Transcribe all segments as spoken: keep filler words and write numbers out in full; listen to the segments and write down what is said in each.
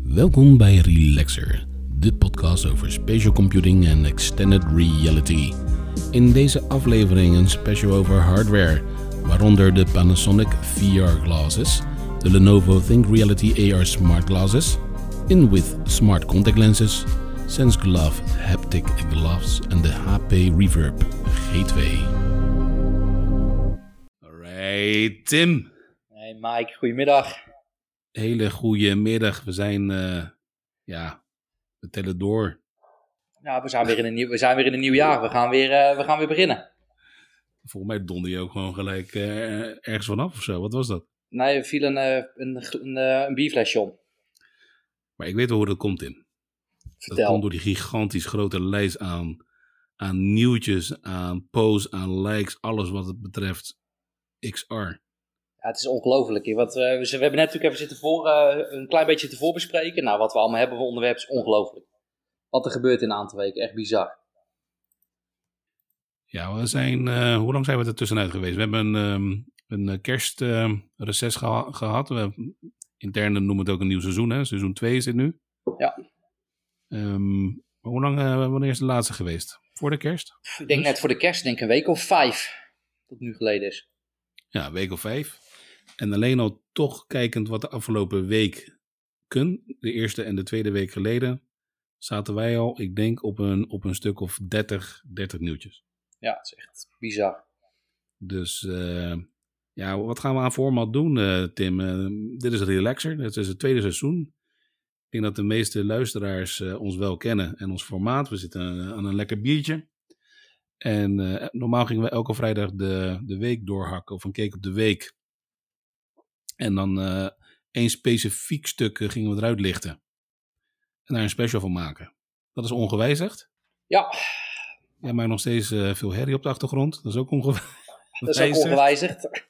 Welkom bij Relaxer, de podcast over spatial computing en extended reality. In deze aflevering een special over hardware, waaronder de Panasonic V R glasses, de Lenovo Think Reality A R smart glasses, InWith smart contact lenses, SenseGlove haptic gloves en de H P Reverb G twee. Alright, Tim. Hey Mike, goedemiddag. Hele goede middag. We zijn, uh, ja, we tellen door. Ja, we zijn weer in een nieuw, we zijn weer in een nieuw jaar. We gaan weer, uh, we gaan weer beginnen. Volgens mij donder je ook gewoon gelijk uh, ergens vanaf of zo. Wat was dat? Nee, er viel een, uh, een, een, uh, een bierflesje om. Maar ik weet wel hoe dat komt, Tim. Vertel. Dat komt door die gigantisch grote lijst aan, aan nieuwtjes, aan posts, aan likes, alles wat het betreft X R. Ja, het is ongelooflijk. Wat, uh, we, we hebben net natuurlijk even zitten voor, uh, een klein beetje te voorbespreken. Nou, wat we allemaal hebben voor onderwerp is ongelooflijk. Wat er gebeurt in een aantal weken, echt bizar. Ja, we zijn, uh, hoe lang zijn we er tussenuit geweest? We hebben een, um, een kerstreces uh, geha- gehad. We, interne noemen het ook een nieuw seizoen, hè? Seizoen twee is dit nu. Ja. Um, hoe lang, uh, wanneer is de laatste geweest? Voor de kerst? Ik denk dus net voor de kerst, denk ik een week of vijf. Dat nu geleden is. Ja, een week of vijf. En alleen al toch kijkend wat de afgelopen week kun, de eerste en de tweede week geleden, zaten wij al, ik denk, op een, op een stuk of dertig, dertig nieuwtjes. Ja, het is echt bizar. Dus uh, ja, wat gaan we aan format doen, uh, Tim? Uh, dit is Relaxer, dit is het tweede seizoen. Ik denk dat de meeste luisteraars uh, ons wel kennen en ons formaat. We zitten uh, aan een lekker biertje. En uh, normaal gingen we elke vrijdag de, de week doorhakken of een cake op de week. En dan uh, één specifiek stuk uh, gingen we eruit lichten. En daar een special van maken. Dat is ongewijzigd. Ja. Jij maakt nog steeds uh, veel herrie op de achtergrond. Dat is ook ongewijzigd. Dat is ook ongewijzigd.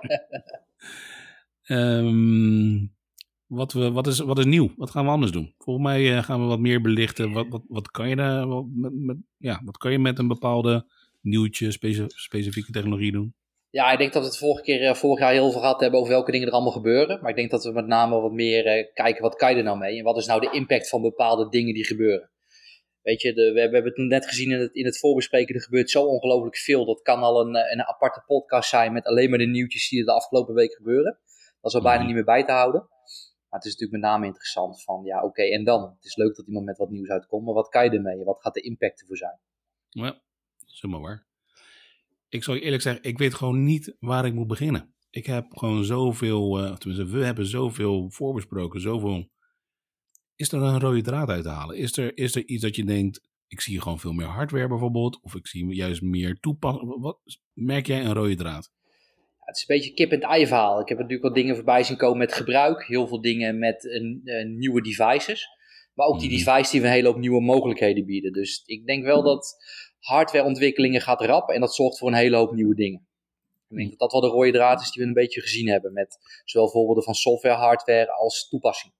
um, wat, we, wat, is, wat is nieuw? Wat gaan we anders doen? Volgens mij uh, gaan we wat meer belichten. Wat, wat, wat, kan je daar, wat, met, met, ja, wat kan je met een bepaalde nieuwtje, speci- specifieke technologie doen? Ja, ik denk dat we het vorige keer, uh, vorig jaar heel veel gehad hebben over welke dingen er allemaal gebeuren. Maar ik denk dat we met name wat meer uh, kijken, wat kan je er nou mee? En wat is nou de impact van bepaalde dingen die gebeuren? Weet je, de, we, hebben, we hebben het net gezien in het, in het voorbespreken, er gebeurt zo ongelooflijk veel. Dat kan al een, een aparte podcast zijn met alleen maar de nieuwtjes die er de afgelopen week gebeuren. Dat is al bijna niet meer bij te houden. Maar het is natuurlijk met name interessant van, ja oké, okay, en dan? Het is leuk dat iemand met wat nieuws uitkomt, maar wat kan je ermee? Wat gaat de impact ervoor zijn? Ja, dat is helemaal waar. Ik zal je eerlijk zeggen, ik weet gewoon niet waar ik moet beginnen. Ik heb gewoon zoveel, uh, tenminste we hebben zoveel voorbesproken, zoveel. Is er een rode draad uit te halen? Is er, is er iets dat je denkt, ik zie gewoon veel meer hardware bijvoorbeeld, of ik zie juist meer toepassingen. Wat merk jij een rode draad? Ja, het is een beetje een kip en het ei verhaal. Ik heb natuurlijk wat dingen voorbij zien komen met gebruik, heel veel dingen met uh, uh, nieuwe devices. Maar ook die devices die een hele hoop nieuwe mogelijkheden bieden. Dus ik denk wel dat hardwareontwikkelingen gaat rap en dat zorgt voor een hele hoop nieuwe dingen. Ik denk dat dat wel de rode draad is die we een beetje gezien hebben met zowel voorbeelden van software, hardware als toepassing.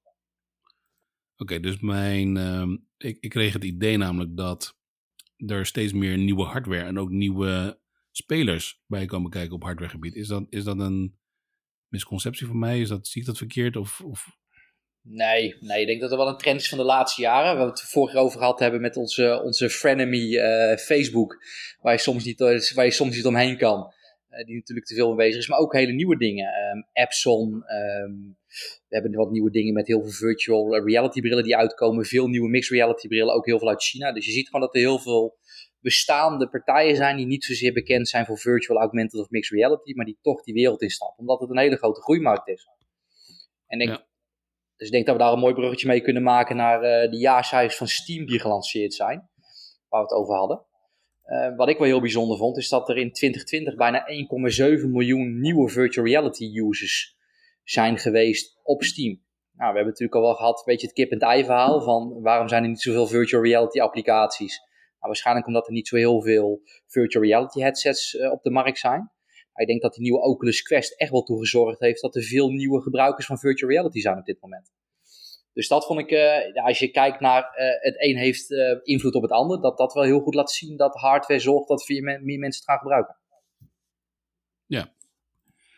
Oké, okay, dus mijn, uh, ik, ik kreeg het idee namelijk dat er steeds meer nieuwe hardware en ook nieuwe spelers bij komen kijken op hardwaregebied. Is dat, is dat een misconceptie van mij? Is dat, zie ik dat verkeerd? Of, of... Nee, nee, ik denk dat er wel een trend is van de laatste jaren. Waar we het vorig over gehad hebben met onze, onze frenemy uh, Facebook. Waar je, soms niet, waar je soms niet omheen kan. Uh, die natuurlijk te veel mee bezig is. Maar ook hele nieuwe dingen. Um, Epson. Um, we hebben wat nieuwe dingen met heel veel virtual reality brillen die uitkomen. Veel nieuwe mixed reality brillen. Ook heel veel uit China. Dus je ziet gewoon dat er heel veel bestaande partijen zijn die niet zozeer bekend zijn voor virtual, augmented of mixed reality. Maar die toch die wereld instappen. Omdat het een hele grote groeimarkt is. En ik... Ja. Dus ik denk dat we daar een mooi bruggetje mee kunnen maken naar uh, de jaarcijfers van Steam die gelanceerd zijn. Waar we het over hadden. Uh, wat ik wel heel bijzonder vond, is dat er in twintig twintig bijna één komma zeven miljoen nieuwe virtual reality users zijn geweest op Steam. Nou, we hebben natuurlijk al wel gehad, een beetje het kip en het ei verhaal van waarom zijn er niet zoveel virtual reality applicaties. Nou, waarschijnlijk omdat er niet zo heel veel virtual reality headsets uh, op de markt zijn. Ik denk dat die nieuwe Oculus Quest echt wel toe gezorgd heeft dat er veel nieuwe gebruikers van virtual reality zijn op dit moment. Dus dat vond ik, uh, ja, als je kijkt naar uh, het een heeft uh, invloed op het ander, dat dat wel heel goed laat zien dat hardware zorgt dat meer, meer mensen het gaan gebruiken. Ja.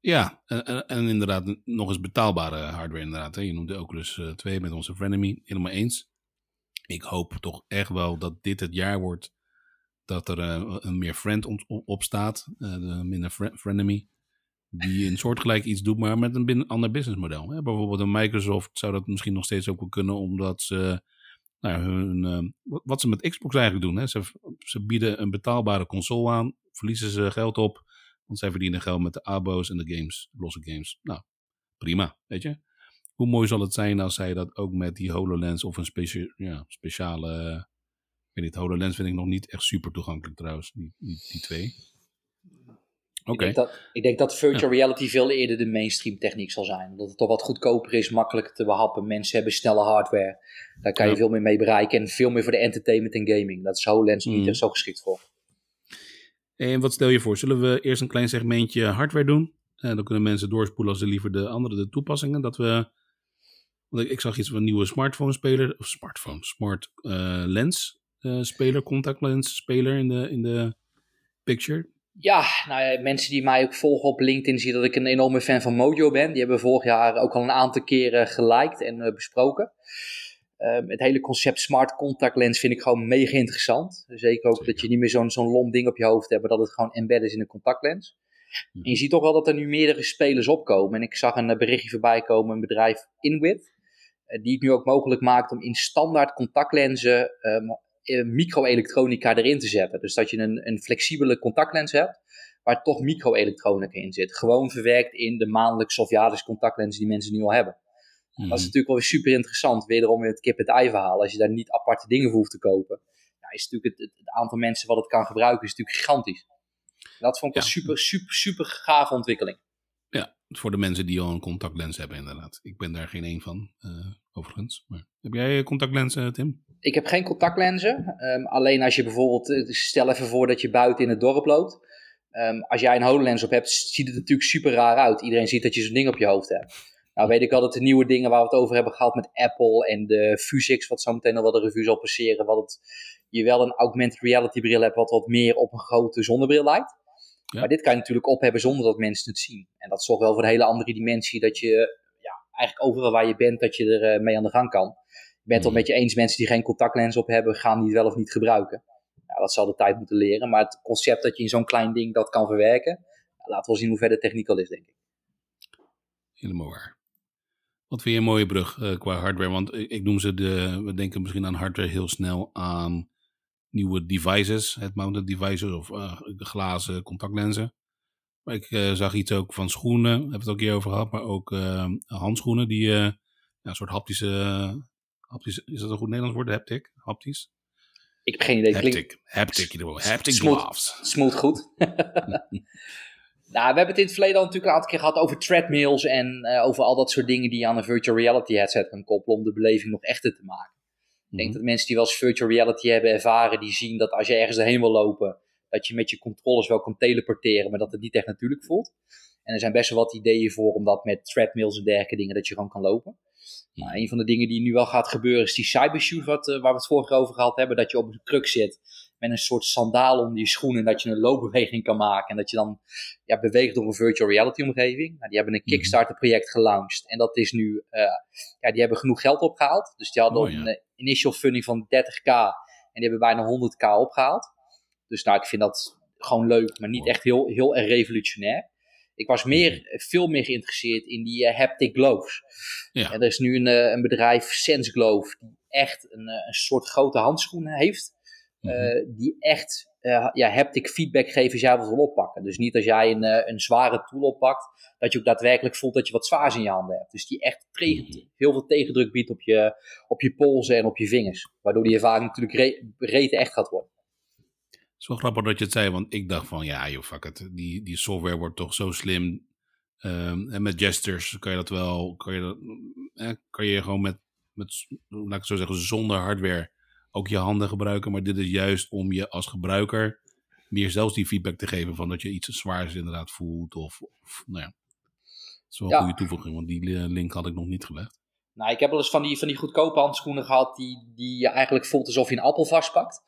Ja, en, en, en inderdaad nog eens betaalbare hardware inderdaad. Hè. Je noemde de Oculus uh, twee met onze Frenemy, helemaal eens. Ik hoop toch echt wel dat dit het jaar wordt dat er uh, een meer friend op, op staat, uh, de minder fr- Frenemy, die een soortgelijk iets doet, maar met een bin- ander businessmodel. Hè. Bijvoorbeeld een Microsoft zou dat misschien nog steeds ook wel kunnen, omdat ze nou, hun, uh, wat ze met Xbox eigenlijk doen. Hè. Ze, ze bieden een betaalbare console aan, verliezen ze geld op, want zij verdienen geld met de abo's en de games, losse games. Nou, prima, weet je. Hoe mooi zal het zijn als zij dat ook met die HoloLens of een specia- ja, speciale... Uh, ik weet niet, HoloLens vind ik nog niet echt super toegankelijk trouwens, die, die, die twee. Oké. Okay. Ik, denk ik denk dat virtual ja. reality veel eerder de mainstream techniek zal zijn. Dat het toch wat goedkoper is, makkelijker te behappen. Mensen hebben snelle hardware. Daar kan je ja. veel meer mee bereiken. En veel meer voor de entertainment en gaming. Dat is HoloLens mm. niet echt zo geschikt voor. En wat stel je voor? Zullen we eerst een klein segmentje hardware doen? En dan kunnen mensen doorspoelen als ze liever de andere de toepassingen. Dat we... Want ik, ik zag iets van een nieuwe smartphone speler. Of smartphone, smart uh, lens uh, speler, contact lens speler in de, in de picture. Ja, nou ja, mensen die mij ook volgen op LinkedIn zien dat ik een enorme fan van Mojo ben. Die hebben vorig jaar ook al een aantal keren geliked en uh, besproken. Um, het hele concept smart contact lens vind ik gewoon mega interessant. Zeker ook Zeker. Dat je niet meer zo'n, zo'n lomp ding op je hoofd hebt, maar dat het gewoon embedded is in een contactlens. Ja. En je ziet toch wel dat er nu meerdere spelers opkomen. En ik zag een uh, berichtje voorbij komen, een bedrijf Inwit, uh, die het nu ook mogelijk maakt om in standaard contactlenzen um, microelektronica erin te zetten. Dus dat je een, een flexibele contactlens hebt, waar toch microelektronica in zit. Gewoon verwerkt in de maandelijkse of jaarlijkse contactlenzen die mensen nu al hebben. Mm-hmm. Dat is natuurlijk wel weer super interessant. Wederom weer het kip-het-ei verhaal. Als je daar niet aparte dingen voor hoeft te kopen, ja, is natuurlijk het, het aantal mensen wat het kan gebruiken, is natuurlijk gigantisch. En dat vond ik ja. een super, super, super gave ontwikkeling. Ja, voor de mensen die al een contactlens hebben inderdaad. Ik ben daar geen één van, uh, overigens. Maar heb jij contactlenzen, Tim? Ik heb geen contactlenzen. Um, alleen als je bijvoorbeeld, stel even voor dat je buiten in het dorp loopt. Um, als jij een HoloLens op hebt, ziet het natuurlijk super raar uit. Iedereen ziet dat je zo'n ding op je hoofd hebt. Nou weet ik al dat de nieuwe dingen waar we het over hebben gehad met Apple en de Vuzix, wat zo meteen nog wel de review zal passeren, wat het, je wel een augmented reality bril hebt wat wat meer op een grote zonnebril lijkt. Ja. Maar dit kan je natuurlijk op hebben zonder dat mensen het zien. En dat zorgt wel voor een hele andere dimensie, dat je ja, eigenlijk overal waar je bent, dat je er uh, mee aan de gang kan. Ik ben het wel met je eens, mensen die geen contactlens op hebben, gaan die wel of niet gebruiken. Ja, dat zal de tijd moeten leren. Maar het concept dat je in zo'n klein ding dat kan verwerken, ja, laten we zien hoe ver de techniek al is, denk ik. Helemaal waar. Wat vind je een mooie brug uh, qua hardware? Want ik, ik noem ze de, we denken misschien aan hardware heel snel aan nieuwe devices, head-mounted devices of uh, glazen contactlenzen. Maar ik uh, zag iets ook van schoenen, hebben we het ook een keer over gehad, maar ook uh, handschoenen die uh, ja, een soort haptische, uh, haptische, is dat een goed Nederlands woord, haptic, haptisch? Ik heb geen idee. Haptic, Klink... haptic, haptic, haptic smooth, gloves. Smooth goed. Nou, we hebben het in het verleden al natuurlijk een aantal keer gehad over treadmills en uh, over al dat soort dingen die je aan een virtual reality headset kan koppelen om de beleving nog echter te maken. Mm-hmm. Ik denk dat mensen die wel eens virtual reality hebben ervaren, die zien dat als je ergens erheen wil lopen, dat je met je controllers wel kan teleporteren, maar dat het niet echt natuurlijk voelt. En er zijn best wel wat ideeën voor om dat met treadmills en dergelijke dingen, dat je gewoon kan lopen. Nou, een van de dingen die nu wel gaat gebeuren is die cybershoes, wat, uh, waar we het vorige over gehad hebben, dat je op een kruk zit met een soort sandaal onder je schoenen, dat je een loopbeweging kan maken en dat je dan ja, beweegt door een virtual reality omgeving. Nou, die hebben een Kickstarter project gelaunched en dat is nu, uh, ja, die hebben genoeg geld opgehaald. Dus die hadden oh, ja. een uh, initial funding van dertig k en die hebben bijna honderd k opgehaald. Dus nou, ik vind dat gewoon leuk, maar niet oh. echt heel, heel erg revolutionair. Ik was meer, veel meer geïnteresseerd in die uh, haptic gloves. Ja. En er is nu een, uh, een bedrijf, Sense Glove, die echt een, uh, een soort grote handschoenen heeft. Mm-hmm. Uh, die echt uh, ja, haptic feedback geven als jij wat wil oppakken. Dus niet als jij een, uh, een zware tool oppakt, dat je ook daadwerkelijk voelt dat je wat zwaars in je handen hebt. Dus die echt tegen, mm-hmm. heel veel tegendruk biedt op je, op je polsen en op je vingers. Waardoor die ervaring natuurlijk re- rete echt gaat worden. Het is wel grappig dat je het zei, want ik dacht van, ja joh, fuck it. Die, die software wordt toch zo slim. Um, en met gestures kan je dat wel, kan je, dat, eh, kan je gewoon met, met, laat ik het zo zeggen, zonder hardware ook je handen gebruiken. Maar dit is juist om je als gebruiker meer zelfs die feedback te geven van dat je iets zwaars inderdaad voelt. Of, of nou ja, dat is wel een ja. goede toevoeging, want die link had ik nog niet gelegd. Nou, ik heb wel eens van die, van die goedkope handschoenen gehad die, die je eigenlijk voelt alsof je een appel vastpakt.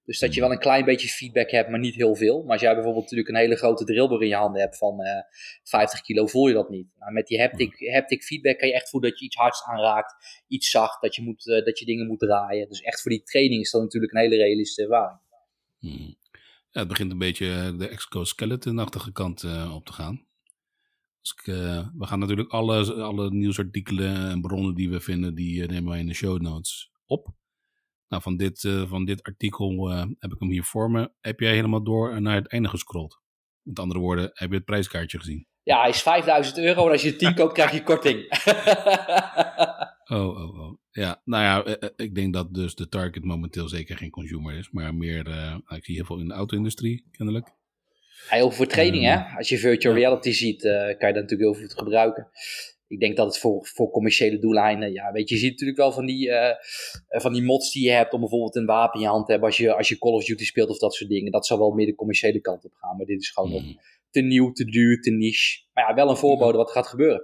Dus dat je wel een klein beetje feedback hebt, maar niet heel veel. Maar als jij bijvoorbeeld natuurlijk een hele grote drillboor in je handen hebt van uh, vijftig kilo, voel je dat niet. Nou, met die haptic, haptic feedback kan je echt voelen dat je iets hards aanraakt, iets zacht, dat je, moet, uh, dat je dingen moet draaien. Dus echt voor die training is dat natuurlijk een hele realistische ervaring. Hmm. Ja, het begint een beetje de exoskeleton-achtige kant uh, op te gaan. Dus ik, uh, we gaan natuurlijk alle, alle nieuwsartikelen en bronnen die we vinden, die uh, nemen wij in de show notes op. Nou, van dit, uh, van dit artikel uh, heb ik hem hier voor me. Heb jij helemaal door naar het einde gescrolld? Met andere woorden, heb je het prijskaartje gezien? Ja, hij is vijfduizend euro en als je tien koopt, krijg je korting. oh, oh, oh. Ja, nou ja, uh, ik denk dat dus de target momenteel zeker geen consumer is, maar meer, uh, ik zie heel veel in de auto-industrie, kennelijk. Heel voor training, um, hè? Als je virtual ja. reality ziet, uh, kan je dat natuurlijk heel goed gebruiken. Ik denk dat het voor, voor commerciële doeleinden, ja, weet je, je ziet natuurlijk wel van die, uh, van die mods die je hebt om bijvoorbeeld een wapen in je hand te hebben als je, als je Call of Duty speelt of dat soort dingen. Dat zal wel meer de commerciële kant op gaan, maar dit is gewoon mm. te nieuw, te duur, te niche. Maar ja, wel een voorbode wat er gaat gebeuren.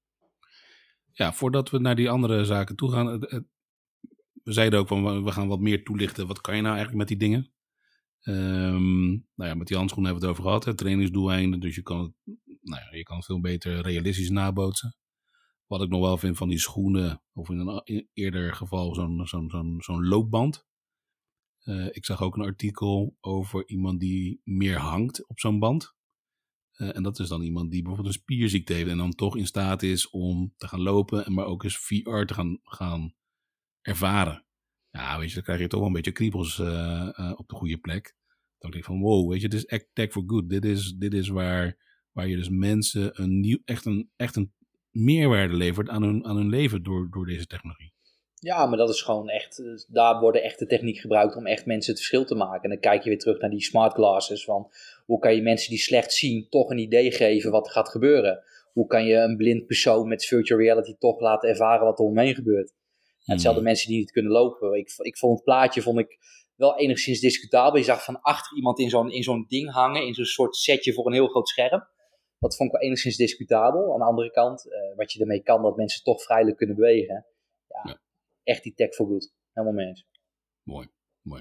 Ja, voordat we naar die andere zaken toe gaan, het, het, we zeiden ook van we gaan wat meer toelichten, wat kan je nou eigenlijk met die dingen? Um, nou ja, met die handschoenen hebben we het over gehad, hè, trainingsdoeleinden, dus je kan het, nou ja, je kan het veel beter realistisch nabootsen. Wat ik nog wel vind van die schoenen, of in een in eerder geval zo'n, zo'n, zo'n, zo'n loopband. Uh, ik zag ook een artikel over iemand die meer hangt op zo'n band. Uh, en dat is dan iemand die bijvoorbeeld een spierziekte heeft en dan toch in staat is om te gaan lopen, maar ook eens V R te gaan, gaan ervaren. Ja, weet je, dan krijg je toch wel een beetje kriebels uh, uh, op de goede plek. Dan denk ik van, wow, weet je, dit is tech for good. Dit is, dit is waar, waar je dus mensen een nieuw, echt een, echt een meerwaarde levert aan hun, aan hun leven door, door deze technologie. Ja, maar dat is gewoon echt, daar worden echt de techniek gebruikt om echt mensen het verschil te maken. En dan kijk je weer terug naar die smart glasses, van hoe kan je mensen die slecht zien toch een idee geven wat er gaat gebeuren? Hoe kan je een blind persoon met virtual reality toch laten ervaren wat er omheen gebeurt? En hetzelfde hmm. mensen die niet kunnen lopen. Ik, ik vond het plaatje vond ik wel enigszins discutabel. Je zag van achter iemand in zo'n, in zo'n ding hangen, in zo'n soort setje voor een heel groot scherm. Dat vond ik wel enigszins discutabel. Aan de andere kant, uh, wat je ermee kan, dat mensen toch vrijelijk kunnen bewegen. Ja, ja. Echt die tech for good. Helemaal mee eens. Mooi, mooi.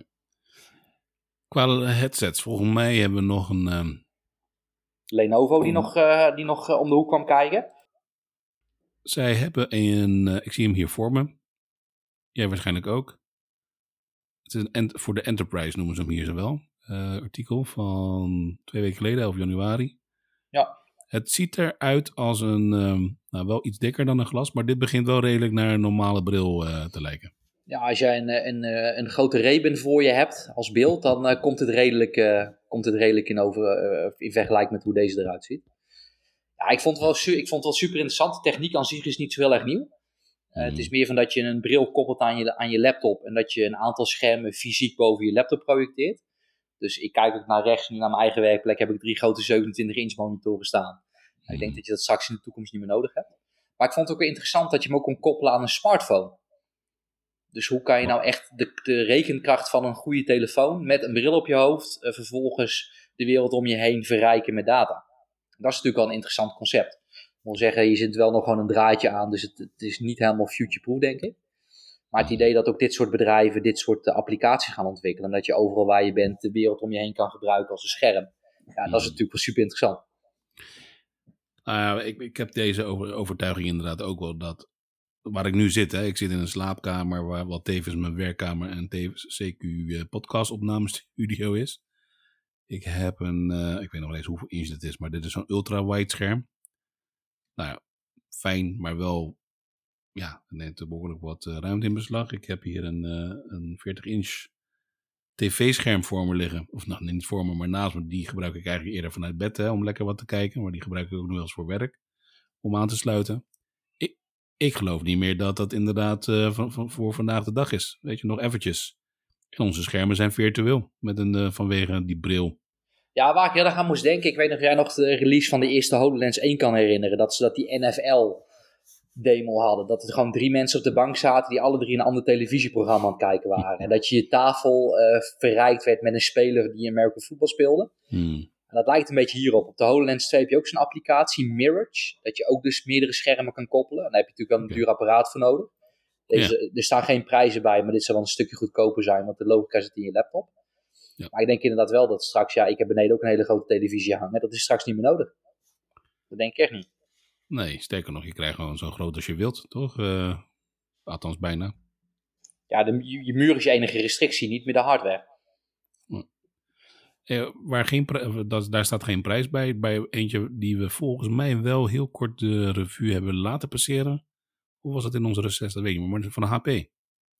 Qua headsets, volgens mij hebben we nog een... Um... Lenovo die, oh. nog, uh, die nog uh, om de hoek kwam kijken. Zij hebben een... Uh, ik zie hem hier voor me. Jij waarschijnlijk ook. Het is een ent- voor de Enterprise noemen ze hem hier zo wel. Uh, artikel van twee weken geleden, elf januari. Ja. Het ziet eruit als een, um, nou wel iets dikker dan een glas, maar dit begint wel redelijk naar een normale bril uh, te lijken. Ja, als jij een, een, een grote Ray-Ban voor je hebt als beeld, dan uh, komt het redelijk, uh, komt het redelijk in, over, uh, in vergelijking met hoe deze eruit ziet. Ja, ik vond het wel, su- ik vond het wel super interessant. De techniek aan zich is niet zo heel erg nieuw. Uh, mm. Het is meer van dat je een bril koppelt aan je, aan je laptop en dat je een aantal schermen fysiek boven je laptop projecteert. Dus ik kijk ook naar rechts, nu naar mijn eigen werkplek heb ik drie grote zevenentwintig inch monitoren staan. Mm. Ik denk dat je dat straks in de toekomst niet meer nodig hebt. Maar ik vond het ook weer interessant dat je hem ook kon koppelen aan een smartphone. Dus hoe kan je nou echt de, de rekenkracht van een goede telefoon met een bril op je hoofd uh, vervolgens de wereld om je heen verrijken met data. Dat is natuurlijk wel een interessant concept. Ik wil zeggen, je zit wel nog gewoon een draadje aan, dus het, het is niet helemaal future-proof, denk ik. Maar het idee dat ook dit soort bedrijven dit soort uh, applicaties gaan ontwikkelen en dat je overal waar je bent de wereld om je heen kan gebruiken als een scherm. Ja, dat is natuurlijk wel super interessant. Uh, ik, ik heb deze over, overtuiging inderdaad ook wel dat waar ik nu zit, hè, ik zit in een slaapkamer waar wat tevens mijn werkkamer en tevens C Q uh, podcast opnamestudio is. Ik heb een, uh, ik weet nog eens hoeveel inch dit is, maar dit is zo'n ultra-wide scherm. Nou ja, fijn, maar wel, ja, het neemt behoorlijk wat uh, ruimte in beslag. Ik heb hier een, uh, een veertig inch tv-scherm voor me liggen. Of nou, niet voor me, maar naast me. Die gebruik ik eigenlijk eerder vanuit bed, hè, om lekker wat te kijken. Maar die gebruik ik ook nog wel eens voor werk, om aan te sluiten. Ik, ik geloof niet meer dat dat inderdaad uh, van, van, voor vandaag de dag is. Weet je, nog eventjes. En onze schermen zijn virtueel, met een, uh, vanwege die bril. Ja, waar ik heel erg aan moest denken, ik weet nog of jij nog de release van de eerste HoloLens één kan herinneren. Dat ze dat die N F L demo hadden. Dat er gewoon drie mensen op de bank zaten die alle drie een ander televisieprogramma aan het kijken waren. En dat je je tafel uh, verrijkt werd met een speler die American football speelde. Hmm. En dat lijkt een beetje hierop. Op de HoloLens twee heb je ook zo'n applicatie, Mirage. Dat je ook dus meerdere schermen kan koppelen. En daar heb je natuurlijk wel een okay. duur apparaat voor nodig. Deze, ja. Er staan geen prijzen bij, maar dit zou wel een stukje goedkoper zijn, want de logica zit in je laptop. Ja. Maar ik denk inderdaad wel dat straks, ja, ik heb beneden ook een hele grote televisie hangen. Dat is straks niet meer nodig. Dat denk ik echt niet. Nee, sterker nog, je krijgt gewoon zo groot als je wilt, toch? Uh, althans, bijna. Ja, de, je, je muur is je enige restrictie, niet meer de hardware. Eh, waar geen dat, daar staat geen prijs bij. Bij eentje die we volgens mij wel heel kort de revue hebben laten passeren. Hoe was het in onze reces? Dat weet ik niet, maar van de H P.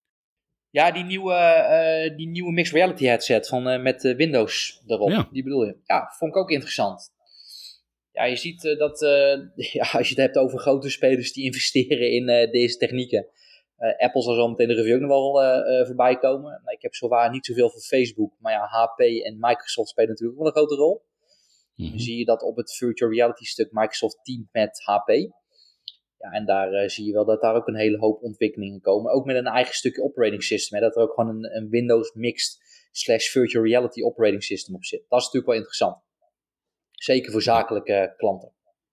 Ja, die nieuwe, uh, die nieuwe mixed reality headset van, uh, met uh, Windows erop. Ja. Die bedoel je? Ja, vond ik ook interessant. Ja, je ziet uh, dat uh, ja, als je het hebt over grote spelers die investeren in uh, deze technieken. Uh, Apple zal zo meteen de review ook nog wel uh, uh, voorbij komen. Nou, ik heb zowaar niet zoveel van Facebook. Maar ja, H P en Microsoft spelen natuurlijk wel een grote rol. Mm-hmm. Dan zie je dat op het virtual reality stuk Microsoft teamt met H P. Ja, en daar uh, zie je wel dat daar ook een hele hoop ontwikkelingen komen. Ook met een eigen stukje operating system. Hè, dat er ook gewoon een, een Windows mixed slash virtual reality operating system op zit. Dat is natuurlijk wel interessant. Zeker voor zakelijke klanten.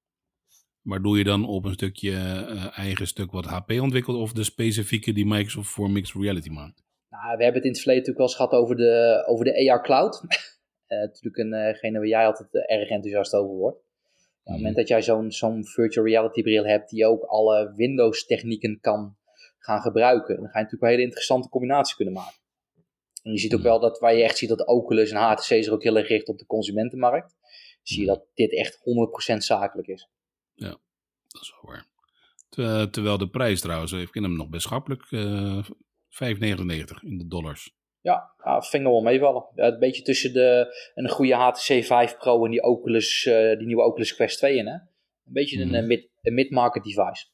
Maar doe je dan op een stukje uh, eigen stuk wat H P ontwikkelt of de specifieke die Microsoft voor mixed reality maakt? Nou, we hebben het in het verleden natuurlijk wel eens gehad over de, over de A R cloud. uh, natuurlijk eengene waar jij altijd uh, erg enthousiast over wordt. Op het moment dat jij zo'n, zo'n virtual reality bril hebt die ook alle Windows technieken kan gaan gebruiken, dan ga je natuurlijk een hele interessante combinatie kunnen maken. En je ziet ook wel dat waar je echt ziet dat Oculus en H T C zich ook heel erg richt op de consumentenmarkt, zie je dat dit echt honderd procent zakelijk is. Ja, dat is wel waar. Ter, terwijl de prijs trouwens, ik vind hem nog best schappelijk, uh, vijf negenennegentig in de dollars. Ja, ja vind ik nog wel meevallen. Ja, een beetje tussen de, een goede H T C Vive Pro en die, Oculus, uh, die nieuwe Oculus Quest twee in. Hè? Een beetje mm. een, mid, een mid-market device.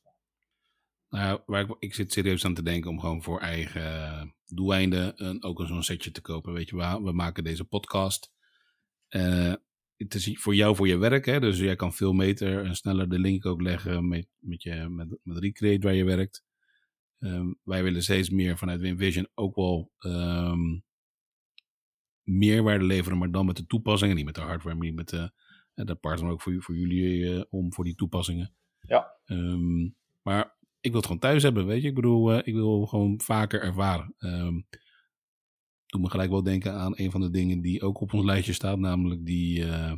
Nou ja, waar ik, ik zit serieus aan te denken om gewoon voor eigen uh, doeleinden uh, ook zo'n setje te kopen. Weet je, we, we maken deze podcast. Uh, het is voor jou, voor je werk. Hè? Dus jij kan veel beter en sneller de link ook leggen met, met, je, met, met Recreate waar je werkt. Um, wij willen steeds meer vanuit WinVision ook wel um, meerwaarde leveren, maar dan met de toepassingen. Niet met de hardware, maar niet met de, de partner ook voor, voor jullie uh, om voor die toepassingen. Ja. Um, maar ik wil het gewoon thuis hebben, weet je. Ik bedoel, uh, ik wil gewoon vaker ervaren. Um, doe me gelijk wel denken aan een van de dingen die ook op ons lijstje staat, namelijk die, uh,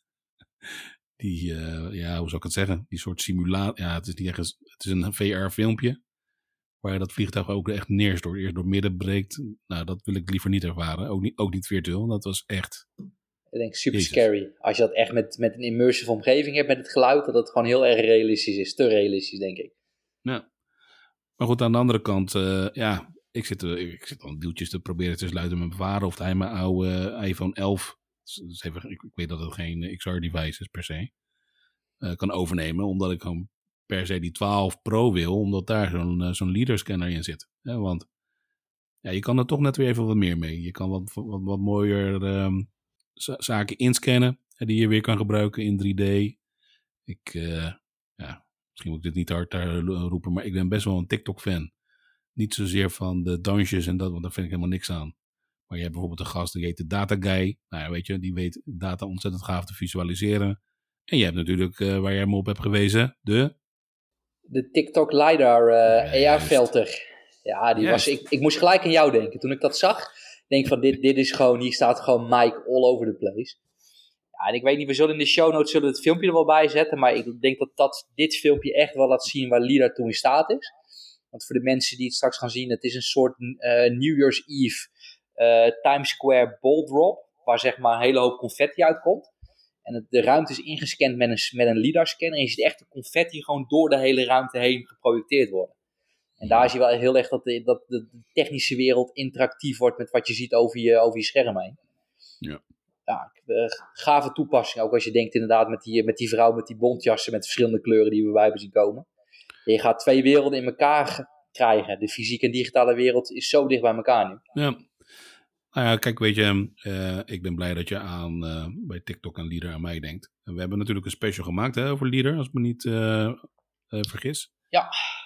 die uh, ja, hoe zou ik het zeggen? Die soort simulatie. Ja, het is niet echt, het is een V R filmpje. Waar je dat vliegtuig ook echt neerstort. Eerst door midden breekt. Nou, dat wil ik liever niet ervaren. Ook niet, ook niet virtueel. Dat was echt... Ik denk super Jezus. Scary. Als je dat echt met, met een immersive omgeving hebt met het geluid. Dat het gewoon heel erg realistisch is. Te realistisch, denk ik. Ja. Maar goed, aan de andere kant. Uh, ja, ik zit, uh, ik zit al deeltjes te proberen te sluiten met mijn vader. Of hij mijn oude uh, iPhone elf. Dus even, ik, ik weet dat het geen X R device is per se. Uh, kan overnemen. Omdat ik gewoon... per se die twaalf Pro wil, omdat daar zo'n, uh, zo'n leaderscanner in zit. Ja, want ja, je kan er toch net weer even wat meer mee. Je kan wat, wat, wat mooier um, z- zaken inscannen, hè, die je weer kan gebruiken in drie D. Ik, uh, ja, misschien moet ik dit niet hard uh, roepen, maar ik ben best wel een TikTok-fan. Niet zozeer van de dansjes en dat, want daar vind ik helemaal niks aan. Maar je hebt bijvoorbeeld een gast, die heet de Data Guy. Nou ja, weet je, die weet data ontzettend gaaf te visualiseren. En je hebt natuurlijk, uh, waar jij me op hebt gewezen, de... De TikTok LiDAR uh, A R-filter. Ja, die was, ik, ik moest gelijk aan jou denken. Toen ik dat zag, denk ik van dit, dit is gewoon, hier staat gewoon Mike all over the place. Ja, en ik weet niet, we zullen in de show notes zullen het filmpje er wel bij zetten. Maar ik denk dat, dat dit filmpje echt wel laat zien waar LiDAR toen in staat is. Want voor de mensen die het straks gaan zien, het is een soort uh, New Year's Eve uh, Times Square ball drop. Waar zeg maar een hele hoop confetti uitkomt. En het, de ruimte is ingescand met een, met een LiDAR-scanner. En je ziet echt de confetti gewoon door de hele ruimte heen geprojecteerd worden. En daar zie je wel heel erg dat de, dat de technische wereld interactief wordt met wat je ziet over je, over je scherm heen. Ja. Ja, gave toepassing. Ook als je denkt inderdaad met die, met die vrouw met die bontjassen met verschillende kleuren die we bij hebben zien komen. En je gaat twee werelden in elkaar krijgen. De fysieke en digitale wereld is zo dicht bij elkaar nu. Ja. Nou ja, kijk, weet je, uh, ik ben blij dat je aan uh, bij TikTok aan LiDAR aan mij denkt. En we hebben natuurlijk een special gemaakt hè, over LiDAR, als ik me niet uh, uh, vergis. Ja.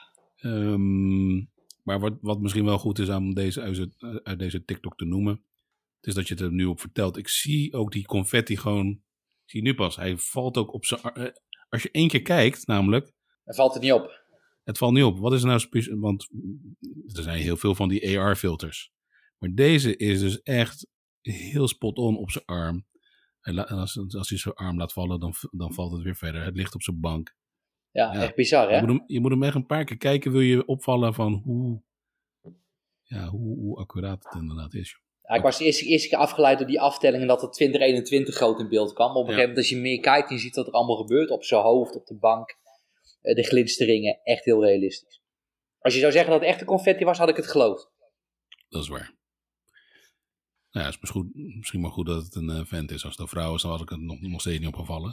Um, maar wat, wat misschien wel goed is om deze uit, uit deze TikTok te noemen, is dat je het er nu op vertelt. Ik zie ook die confetti gewoon, ik zie nu pas, hij valt ook op zijn, uh, als je één keer kijkt namelijk. Dan valt het niet op. Het valt niet op. Wat is er nou speciaal, want er zijn heel veel van die A R filters. Maar deze is dus echt, heel spot-on op zijn arm. En als, als hij zijn arm laat vallen, dan, dan valt het weer verder. Het ligt op zijn bank. Ja, ja. Echt bizar, hè? Je moet, hem, je moet hem echt een paar keer kijken, wil je opvallen van hoe, ja, hoe, hoe accuraat het inderdaad is. Ja, ik was de eerste, eerste keer afgeleid door die aftelling dat het twintig eenentwintig groot in beeld kwam. Maar op een gegeven moment als je meer kijkt en je ziet wat er allemaal gebeurt op zijn hoofd, op de bank, de glinsteringen, echt heel realistisch. Als je zou zeggen dat het echte confetti was, had ik het geloofd. Dat is waar. Nou ja, het is misschien, misschien maar goed dat het een uh, vent is. Als het een vrouw is, dan had ik het nog, nog steeds niet opgevallen.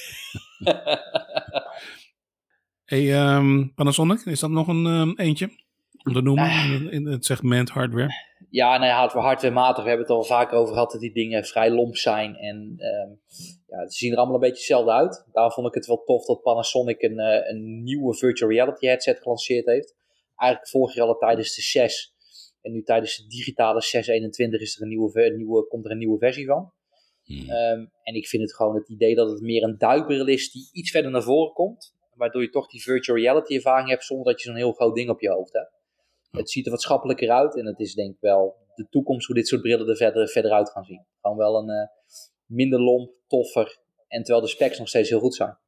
Hey, um, Panasonic, is dat nog een um, eentje om te noemen uh, in het segment hardware? Ja, nee, hardware, hardwarematig. We hebben het al vaker over gehad dat die dingen vrij lomp zijn. En um, ja, ze zien er allemaal een beetje hetzelfde uit. Daarom vond ik het wel tof dat Panasonic een, uh, een nieuwe virtual reality headset gelanceerd heeft. Eigenlijk vorig jaar al tijdens de zes. En nu tijdens de digitale zes eenentwintig is er een nieuwe, nieuwe, komt er een nieuwe versie van. Hmm. Um, en ik vind het gewoon het idee dat het meer een duikbril is die iets verder naar voren komt. Waardoor je toch die virtual reality ervaring hebt zonder dat je zo'n heel groot ding op je hoofd hebt. Ja. Het ziet er wat schappelijker uit en het is denk ik wel de toekomst hoe dit soort brillen er verder, verder uit gaan zien. Gewoon wel een uh, minder lomp, toffer en terwijl de specs nog steeds heel goed zijn.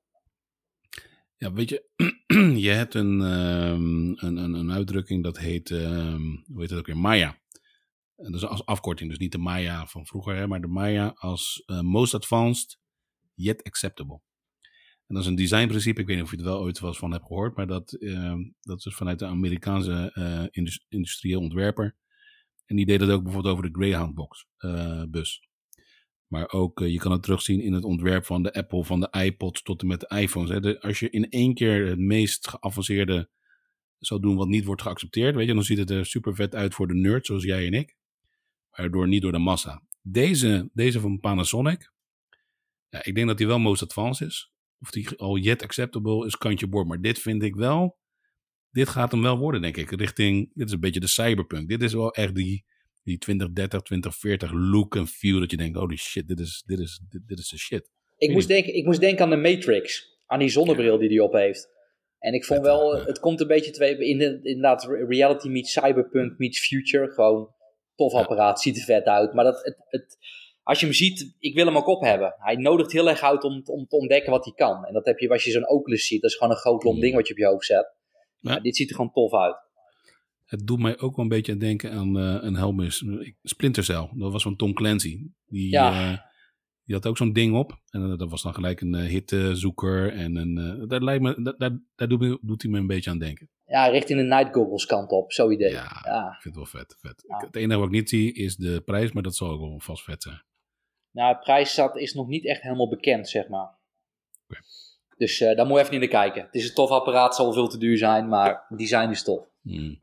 Ja, weet je, je hebt een, um, een, een, een uitdrukking dat heet, um, hoe heet het ook weer, Maya. En dat is als afkorting, dus niet de Maya van vroeger, hè, maar de Maya als uh, most advanced yet acceptable. En dat is een designprincipe, ik weet niet of je er wel ooit was van hebt gehoord, maar dat, uh, dat is vanuit de Amerikaanse uh, industri- industrieel ontwerper. En die deed dat ook bijvoorbeeld over de Greyhound box, uh, bus. Maar ook, uh, je kan het terugzien in het ontwerp van de Apple, van de iPods tot en met de iPhones. Hè. De, als je in één keer het meest geavanceerde zou doen wat niet wordt geaccepteerd, weet je, dan ziet het er super vet uit voor de nerds zoals jij en ik. Maar door, niet door de massa. Deze, deze van Panasonic, ja, ik denk dat die wel most advanced is. Of die al yet acceptable is, kantje boord. Maar dit vind ik wel, dit gaat hem wel worden, denk ik. Richting, dit is een beetje de cyberpunk. Dit is wel echt die, die twintig dertig, twintig veertig look en feel. Dat je denkt, holy shit, dit is, dit is, dit, dit is de shit. Ik moest, denken, ik moest denken aan de Matrix. Aan die zonnebril die hij op heeft. En ik vond het, wel, uh, het komt een beetje twee, in de, inderdaad, reality meets cyberpunk meets future. Gewoon tof apparaat, ja. Ziet er vet uit. Maar dat, het, het, als je hem ziet, ik wil hem ook op hebben. Hij nodigt heel erg uit om, om te ontdekken wat hij kan. En dat heb je als je zo'n Oculus ziet. Dat is gewoon een groot lomp ding wat je op je hoofd zet. Ja. Maar dit ziet er gewoon tof uit. Het doet mij ook wel een beetje denken aan uh, een helm, Splinter Cell. Dat was van Tom Clancy. Die, ja. uh, die had ook zo'n ding op. En uh, dat was dan gelijk een uh, hittezoeker. En een, uh, daar, lijkt me, daar, daar, daar doet, doet hij me een beetje aan denken. Ja, richting de night goggles kant op. Zo'n idee. Ja, ja, ik vind het wel vet. vet. Ja. Het enige wat ik niet zie is de prijs. Maar dat zal ook wel vast vet zijn. Nou, de prijs zat, is nog niet echt helemaal bekend, zeg maar. Okay. Dus uh, daar moet je even niet naar kijken. Het is een tof apparaat, zal wel veel te duur zijn, maar design is tof. Hmm.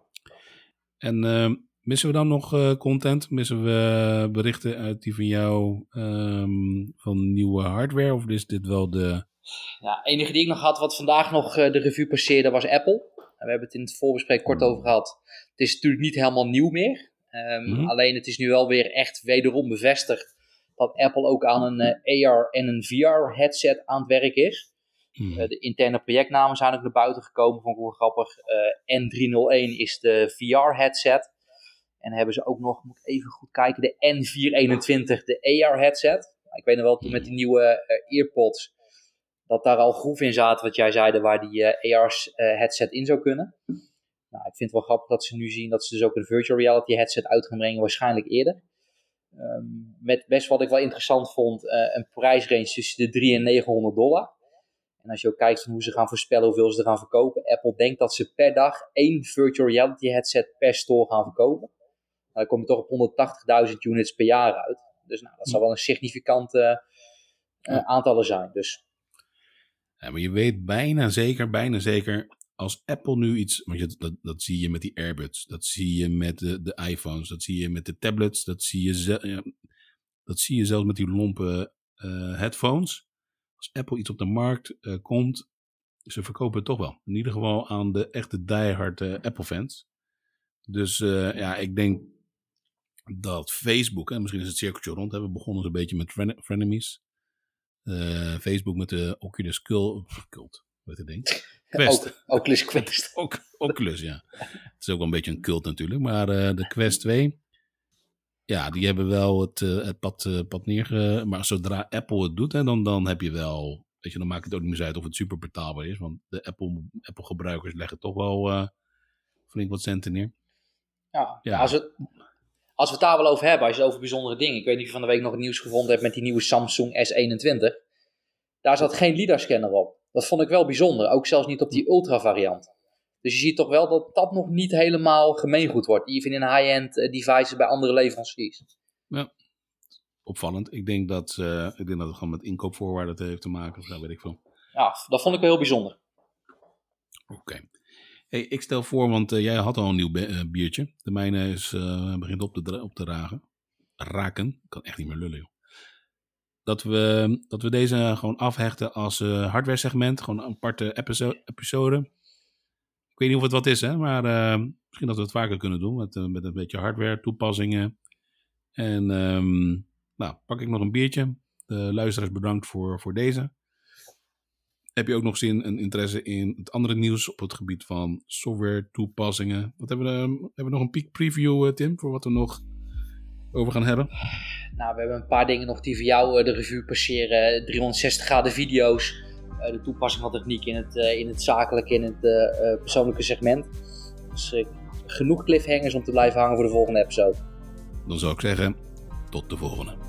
En uh, missen we dan nog uh, content? Missen we berichten uit die van jou um, van nieuwe hardware? Of is dit wel de... Ja, de enige die ik nog had, wat vandaag nog uh, de revue passeerde, was Apple. We hebben het in het voorbesprek kort over gehad. Het is natuurlijk niet helemaal nieuw meer. Um, mm-hmm. Alleen het is nu wel weer echt wederom bevestigd dat Apple ook aan een uh, A R en een V R headset aan het werk is. Mm. Uh, de interne projectnamen zijn ook naar buiten gekomen, vond ik wel grappig. Uh, N driehonderdéén is de V R headset. En hebben ze ook nog, moet ik even goed kijken, de N vierhonderdeenentwintig, de A R headset. Ik weet nog wel, toen met die nieuwe uh, earpods, dat daar al groeven in zaten, wat jij zei, waar die uh, A R uh, headset in zou kunnen. Nou, ik vind het wel grappig dat ze nu zien dat ze dus ook een virtual reality headset uit gaan brengen, waarschijnlijk eerder. Um, met best wat ik wel interessant vond, uh, een prijsrange tussen de driehonderd en negenhonderd dollar. En als je ook kijkt van hoe ze gaan voorspellen hoeveel ze er gaan verkopen. Apple denkt dat ze per dag één virtual reality headset per store gaan verkopen. Nou, dan kom je toch op honderdtachtigduizend units per jaar uit. Dus nou, dat zal wel een significante uh, uh, aantallen zijn. Dus. Ja, maar je weet bijna zeker, bijna zeker, als Apple nu iets, want je, dat, dat zie je met die AirBuds, dat zie je met de, de iPhones, dat zie je met de tablets, dat zie je, ze, ja, dat zie je zelfs met die lompe uh, headphones. Als Apple iets op de markt uh, komt, ze verkopen het toch wel. In ieder geval aan de echte diehard uh, Apple fans. Dus uh, ja, ik denk dat Facebook, hè, misschien is het cirkeltje rond, hè, we begonnen zo'n beetje met fren- frenemies. Uh, Facebook met de Oculus Cult, cult, weet je ding? Quest. O- Oculus Quest. O- Oculus, ja. Het is ook wel een beetje een cult natuurlijk, maar uh, de Quest twee. Ja, die hebben wel het, uh, het pad, uh, pad neerge... Maar zodra Apple het doet, hè, dan, dan heb je wel... Weet je, dan maakt het ook niet meer uit of het super betaalbaar is. Want de Apple, Apple gebruikers leggen toch wel uh, flink wat centen neer. Ja, ja. Als, we, als we het daar wel over hebben, als je het over bijzondere dingen... Ik weet niet of je van de week nog het nieuws gevonden hebt met die nieuwe Samsung S eenentwintig. Daar zat geen LiDAR-scanner op. Dat vond ik wel bijzonder. Ook zelfs niet op die Ultra variant. Dus je ziet toch wel dat dat nog niet helemaal gemeengoed wordt. Even in high-end devices bij andere leveranciers. Ja, opvallend. Ik denk dat, uh, ik denk dat het gewoon met inkoopvoorwaarden te heeft te maken. Of dat weet ik veel. Ja, dat vond ik wel heel bijzonder. Oké. Okay. Hey, ik stel voor, want uh, jij had al een nieuw be- uh, biertje. De mijne is, uh, begint op te, dra- op te ragen. raken. Ik kan echt niet meer lullen, joh. Dat we, dat we deze gewoon afhechten als uh, hardware segment. Gewoon een aparte episode, episode. Ik weet niet of het wat is, hè, maar uh, misschien dat we het vaker kunnen doen. Met, uh, met een beetje hardware toepassingen. En um, nou, pak ik nog een biertje. De luisteraars bedankt voor, voor deze. Heb je ook nog zin en interesse in het andere nieuws op het gebied van software toepassingen? Wat hebben we, uh, hebben we nog een peek preview, uh, Tim, voor wat we nog over gaan hebben? Nou, we hebben een paar dingen nog die voor jou uh, de revue passeren. driehonderdzestig graden video's. Uh, de toepassing van techniek in het, uh, in het zakelijke, in het uh, uh, persoonlijke segment. Dus uh, genoeg cliffhangers om te blijven hangen voor de volgende episode. Dan zou ik zeggen, tot de volgende.